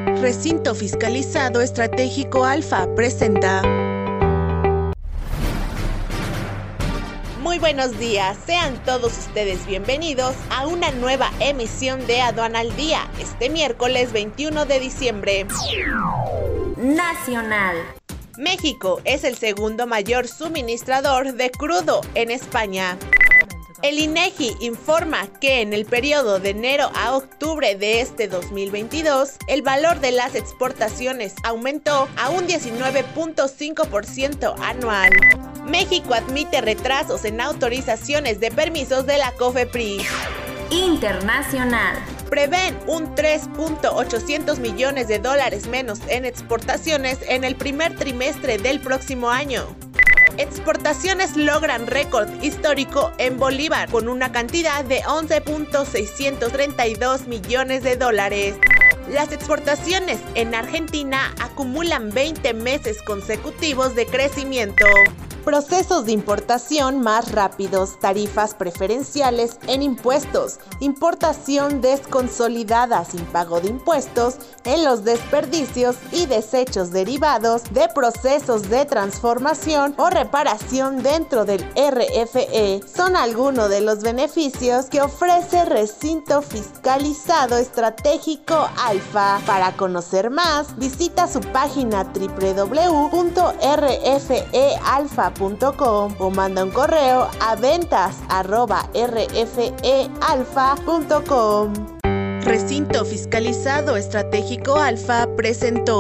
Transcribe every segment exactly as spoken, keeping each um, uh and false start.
Recinto Fiscalizado Estratégico Alfa presenta. Muy buenos días, sean todos ustedes bienvenidos a una nueva emisión de Aduana al Día, este miércoles veintiuno de diciembre. Nacional. México es el segundo mayor suministrador de crudo en España. El INEGI informa que en el periodo de enero a octubre de este dos mil veintidós, el valor de las exportaciones aumentó a un diecinueve punto cinco por ciento anual. México admite retrasos en autorizaciones de permisos de la COFEPRIS. Internacional. Prevén un tres punto ochocientos millones de dólares menos en exportaciones en el primer trimestre del próximo año. Exportaciones logran récord histórico en Bolívar con una cantidad de once punto seiscientos treinta y dos millones de dólares. Las exportaciones en Argentina acumulan veinte meses consecutivos de crecimiento. Procesos de importación más rápidos, tarifas preferenciales en impuestos, importación desconsolidada sin pago de impuestos en los desperdicios y desechos derivados de procesos de transformación o reparación dentro del R F E son algunos de los beneficios que ofrece Recinto Fiscalizado Estratégico Alfa. Para conocer más, visita su página doble u doble u doble u punto r f e alfa punto com o manda un correo a ventas arroba r f e alfa punto com. Recinto Fiscalizado Estratégico Alfa presentó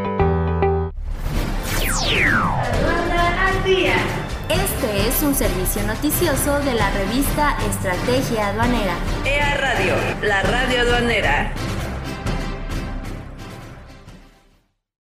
Aduana al Día. Este es un servicio noticioso de la revista Estrategia Aduanera. E A Radio, la radio aduanera.